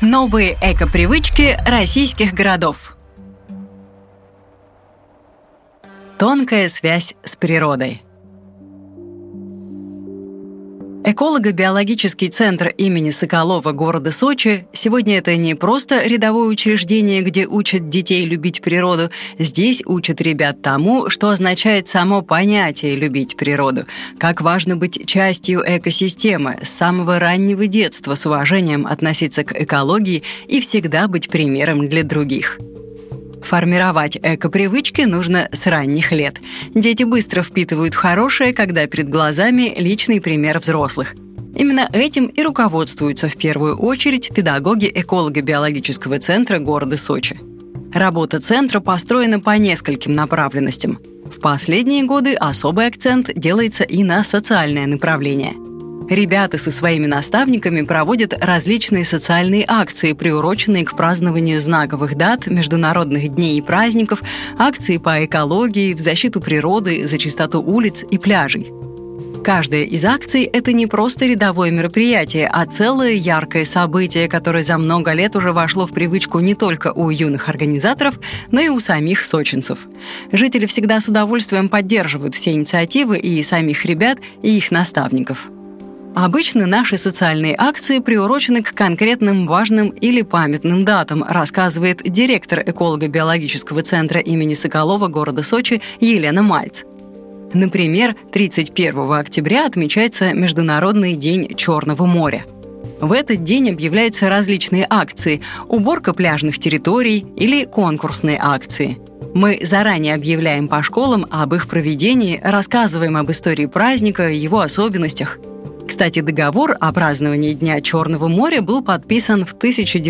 Новые эко-привычки российских городов. Тонкая связь с природой. Эколого-биологический центр имени Соколова города Сочи сегодня это не просто рядовое учреждение, где учат детей любить природу. Здесь учат ребят тому, что означает само понятие «любить природу», как важно быть частью экосистемы, с самого раннего детства с уважением относиться к экологии и всегда быть примером для других. Формировать эко-привычки нужно с ранних лет. Дети быстро впитывают хорошее, когда перед глазами личный пример взрослых. Именно этим и руководствуются в первую очередь педагоги эколого-биологического центра города Сочи. Работа центра построена по нескольким направленностям. В последние годы особый акцент делается и на социальное направление. Ребята со своими наставниками проводят различные социальные акции, приуроченные к празднованию знаковых дат, международных дней и праздников, акции по экологии, в защиту природы, за чистоту улиц и пляжей. Каждая из акций – это не просто рядовое мероприятие, а целое яркое событие, которое за много лет уже вошло в привычку не только у юных организаторов, но и у самих сочинцев. Жители всегда с удовольствием поддерживают все инициативы и самих ребят, и их наставников. Обычно наши социальные акции приурочены к конкретным важным или памятным датам, рассказывает директор эколого-биологического центра имени Соколова города Сочи Елена Мальц. Например, 31 октября отмечается Международный день Черного моря. В этот день объявляются различные акции – уборка пляжных территорий или конкурсные акции. Мы заранее объявляем по школам об их проведении, рассказываем об истории праздника и его особенностях. Кстати, договор о праздновании Дня Черного моря был подписан в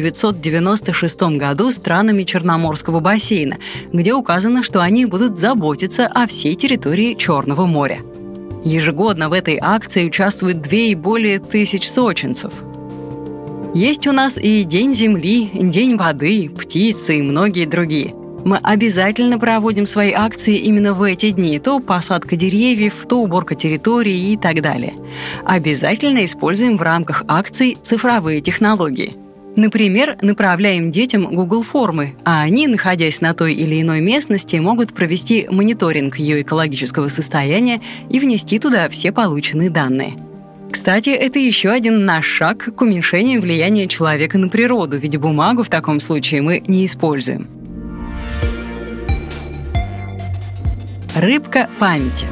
1996 году странами Черноморского бассейна, где указано, что они будут заботиться о всей территории Черного моря. Ежегодно в этой акции участвуют 2 и более тысяч сочинцев. Есть у нас и День земли, День воды, птицы и многие другие. Мы обязательно проводим свои акции именно в эти дни, то посадка деревьев, то уборка территории и так далее. Обязательно используем в рамках акций цифровые технологии. Например, направляем детям Google формы, а они, находясь на той или иной местности, могут провести мониторинг ее экологического состояния и внести туда все полученные данные. Кстати, это еще один наш шаг к уменьшению влияния человека на природу, ведь бумагу в таком случае мы не используем. Рыбка памяти.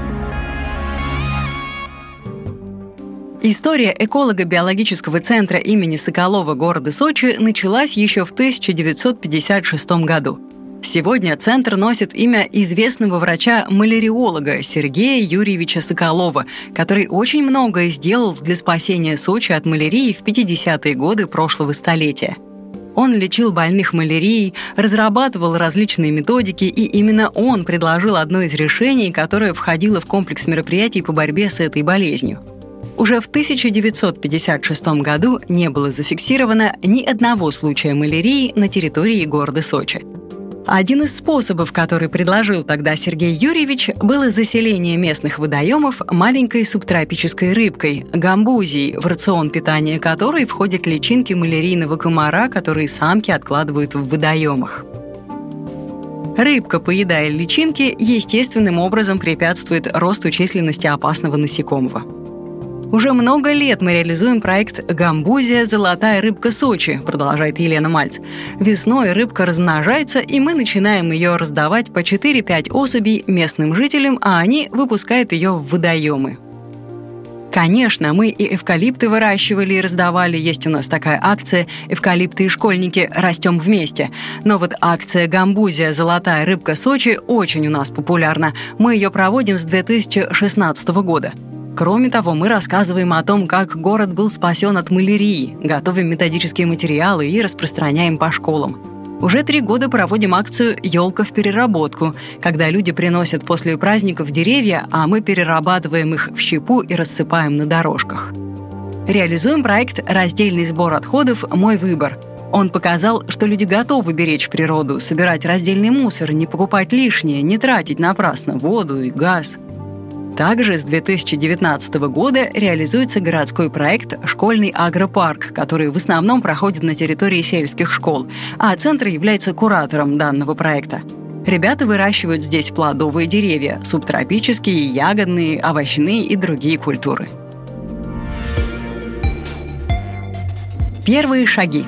История эколого-биологического центра имени Соколова города Сочи началась еще в 1956 году. Сегодня центр носит имя известного врача-маляриолога Сергея Юрьевича Соколова, который очень многое сделал для спасения Сочи от малярии в 50-е годы прошлого столетия. Он лечил больных малярией, разрабатывал различные методики, и именно он предложил одно из решений, которое входило в комплекс мероприятий по борьбе с этой болезнью. Уже в 1956 году не было зафиксировано ни одного случая малярии на территории города Сочи. Один из способов, который предложил тогда Сергей Юрьевич, было заселение местных водоемов маленькой субтропической рыбкой – гамбузией, в рацион питания которой входят личинки малярийного комара, которые самки откладывают в водоемах. Рыбка, поедая личинки, естественным образом препятствует росту численности опасного насекомого. Уже много лет мы реализуем проект «Гамбузия. Золотая рыбка Сочи», продолжает Елена Мальц. Весной рыбка размножается, и мы начинаем ее раздавать по 4-5 особей местным жителям, а они выпускают ее в водоемы. Конечно, мы и эвкалипты выращивали и раздавали, есть у нас такая акция «Эвкалипты и школьники. Растем вместе». Но вот акция «Гамбузия. Золотая рыбка Сочи» очень у нас популярна. Мы ее проводим с 2016 года. Кроме того, мы рассказываем о том, как город был спасен от малярии, готовим методические материалы и распространяем по школам. Уже 3 года проводим акцию «Елка в переработку», когда люди приносят после праздников деревья, а мы перерабатываем их в щепу и рассыпаем на дорожках. Реализуем проект «Раздельный сбор отходов. Мой выбор». Он показал, что люди готовы беречь природу, собирать раздельный мусор, не покупать лишнее, не тратить напрасно воду и газ. Также с 2019 года реализуется городской проект «Школьный агропарк», который в основном проходит на территории сельских школ, а центр является куратором данного проекта. Ребята выращивают здесь плодовые деревья, субтропические, ягодные, овощные и другие культуры. Первые шаги.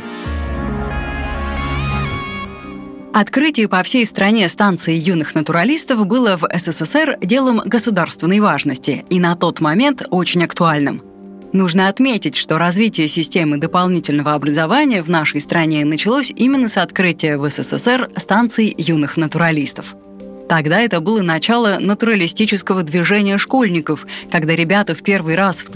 Открытие по всей стране станции юных натуралистов было в СССР делом государственной важности и на тот момент очень актуальным. Нужно отметить, что развитие системы дополнительного образования в нашей стране началось именно с открытия в СССР станций юных натуралистов. Тогда это было начало натуралистического движения школьников, когда ребята в первый раз в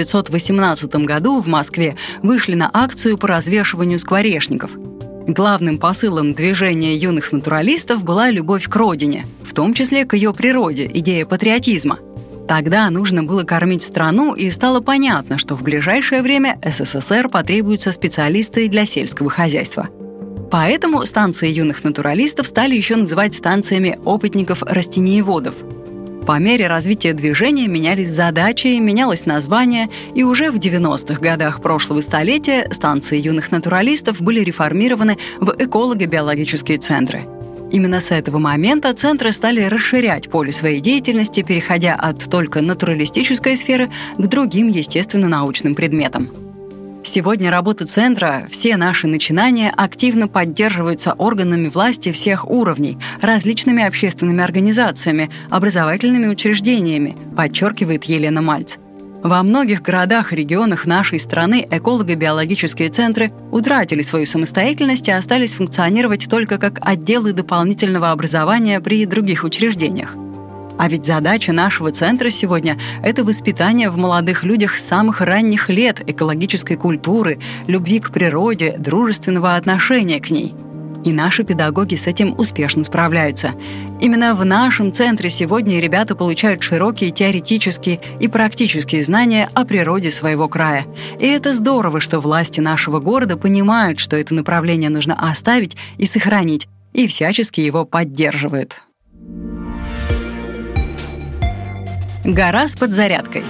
1918 году в Москве вышли на акцию по развешиванию скворечников. Главным посылом движения юных натуралистов была любовь к родине, в том числе к ее природе, идея патриотизма. Тогда нужно было кормить страну, и стало понятно, что в ближайшее время СССР потребуются специалисты для сельского хозяйства. Поэтому станции юных натуралистов стали еще называть станциями опытников-растениеводов. По мере развития движения менялись задачи, менялось название, и уже в 90-х годах прошлого столетия станции юных натуралистов были реформированы в эколого-биологические центры. Именно с этого момента центры стали расширять поле своей деятельности, переходя от только натуралистической сферы к другим естественно-научным предметам. Сегодня работа центра, все наши начинания активно поддерживаются органами власти всех уровней, различными общественными организациями, образовательными учреждениями, подчеркивает Елена Мальц. Во многих городах и регионах нашей страны эколого-биологические центры утратили свою самостоятельность и остались функционировать только как отделы дополнительного образования при других учреждениях. А ведь задача нашего центра сегодня – это воспитание в молодых людях с самых ранних лет экологической культуры, любви к природе, дружественного отношения к ней. И наши педагоги с этим успешно справляются. Именно в нашем центре сегодня ребята получают широкие теоретические и практические знания о природе своего края. И это здорово, что власти нашего города понимают, что это направление нужно оставить и сохранить, и всячески его поддерживают. Гора с подзарядкой.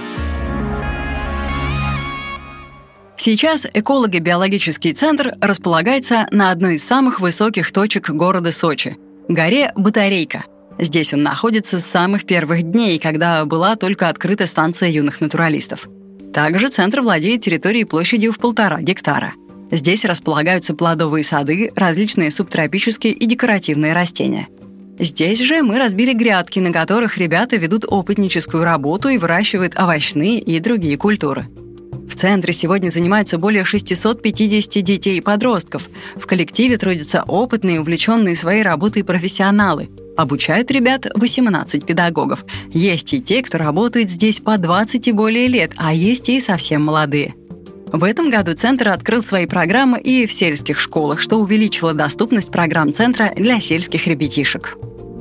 Сейчас эколого-биологический центр располагается на одной из самых высоких точек города Сочи – горе Батарейка. Здесь он находится с самых первых дней, когда была только открыта станция юных натуралистов. Также центр владеет территорией площадью в 1,5 гектара. Здесь располагаются плодовые сады, различные субтропические и декоративные растения. Здесь же мы разбили грядки, на которых ребята ведут опытническую работу и выращивают овощные и другие культуры. В центре сегодня занимаются более 650 детей и подростков. В коллективе трудятся опытные, увлеченные своей работой профессионалы. Обучают ребят 18 педагогов. Есть и те, кто работает здесь по 20 и более лет, а есть и совсем молодые. В этом году центр открыл свои программы и в сельских школах, что увеличило доступность программ центра для сельских ребятишек.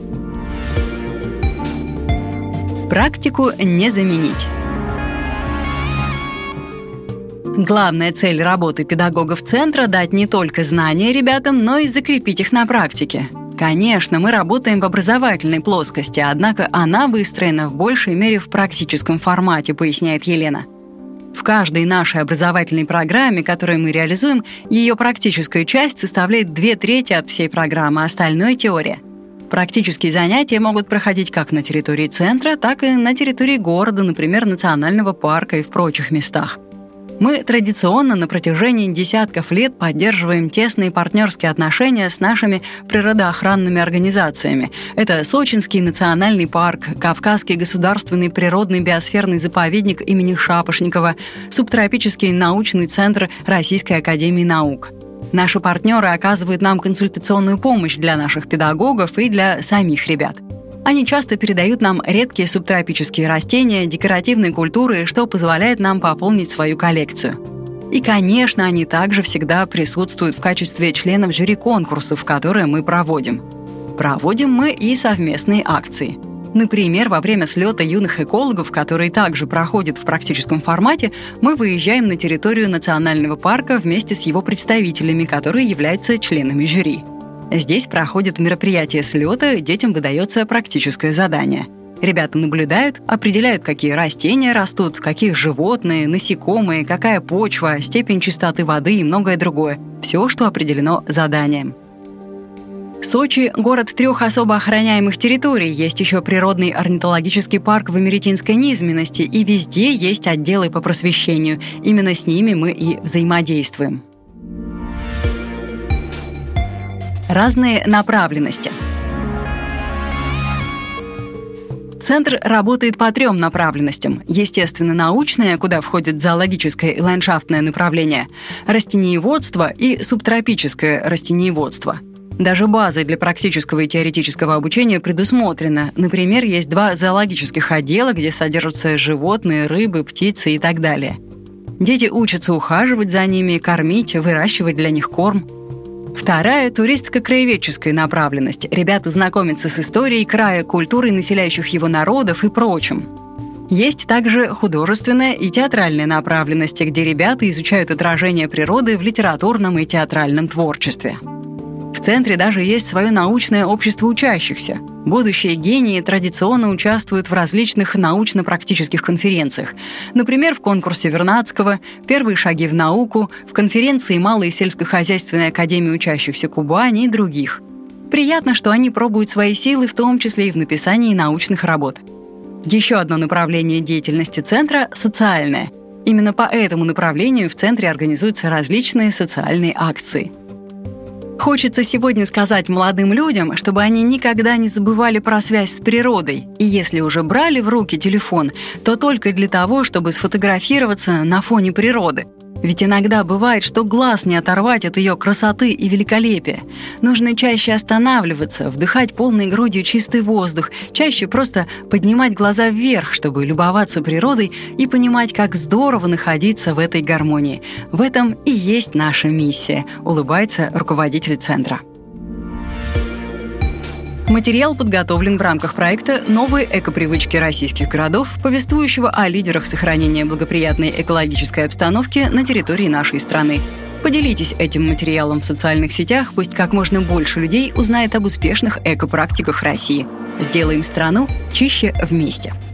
Практику не заменить. Главная цель работы педагогов центра – дать не только знания ребятам, но и закрепить их на практике. Конечно, мы работаем в образовательной плоскости, однако она выстроена в большей мере в практическом формате, поясняет Елена. В каждой нашей образовательной программе, которую мы реализуем, ее практическая часть составляет 2/3 от всей программы, а остальное – теория. Практические занятия могут проходить как на территории центра, так и на территории города, например, национального парка и в прочих местах. Мы традиционно на протяжении десятков лет поддерживаем тесные партнерские отношения с нашими природоохранными организациями. Это Сочинский национальный парк, Кавказский государственный природный биосферный заповедник имени Шапошникова, Субтропический научный центр Российской академии наук. Наши партнеры оказывают нам консультационную помощь для наших педагогов и для самих ребят. Они часто передают нам редкие субтропические растения, декоративные культуры, что позволяет нам пополнить свою коллекцию. И, конечно, они также всегда присутствуют в качестве членов жюри конкурсов, которые мы проводим. Проводим мы и совместные акции. Например, во время слета юных экологов, который также проходит в практическом формате, мы выезжаем на территорию национального парка вместе с его представителями, которые являются членами жюри. Здесь проходит мероприятие слета, детям выдается практическое задание. Ребята наблюдают, определяют, какие растения растут, какие животные, насекомые, какая почва, степень чистоты воды и многое другое. Все, что определено заданием. Сочи – город 3 особо охраняемых территорий, есть еще природный орнитологический парк в Америтинской низменности, и везде есть отделы по просвещению. Именно с ними мы и взаимодействуем. Разные направленности. Центр работает по 3 направленностям. Естественно-научное, куда входит зоологическое и ландшафтное направление, растениеводство и субтропическое растениеводство. Даже базой для практического и теоретического обучения предусмотрено. Например, есть 2 зоологических отдела, где содержатся животные, рыбы, птицы и так далее. Дети учатся ухаживать за ними, кормить, выращивать для них корм. 2 – туристско-краеведческая направленность. Ребята знакомятся с историей края, культурой населяющих его народов и прочим. Есть также художественная и театральная направленности, где ребята изучают отражение природы в литературном и театральном творчестве. В центре даже есть свое научное общество учащихся. Будущие гении традиционно участвуют в различных научно-практических конференциях. Например, в конкурсе Вернадского, «Первые шаги в науку», в конференции Малой сельскохозяйственной академии учащихся Кубани и других. Приятно, что они пробуют свои силы, в том числе и в написании научных работ. Еще одно направление деятельности центра – социальное. Именно по этому направлению в центре организуются различные социальные акции. Хочется сегодня сказать молодым людям, чтобы они никогда не забывали про связь с природой. И если уже брали в руки телефон, то только для того, чтобы сфотографироваться на фоне природы. Ведь иногда бывает, что глаз не оторвать от ее красоты и великолепия. Нужно чаще останавливаться, вдыхать полной грудью чистый воздух, чаще просто поднимать глаза вверх, чтобы любоваться природой и понимать, как здорово находиться в этой гармонии. В этом и есть наша миссия, улыбается руководитель центра. Материал подготовлен в рамках проекта «Новые экопривычки российских городов», повествующего о лидерах сохранения благоприятной экологической обстановки на территории нашей страны. Поделитесь этим материалом в социальных сетях, пусть как можно больше людей узнает об успешных экопрактиках России. Сделаем страну чище вместе.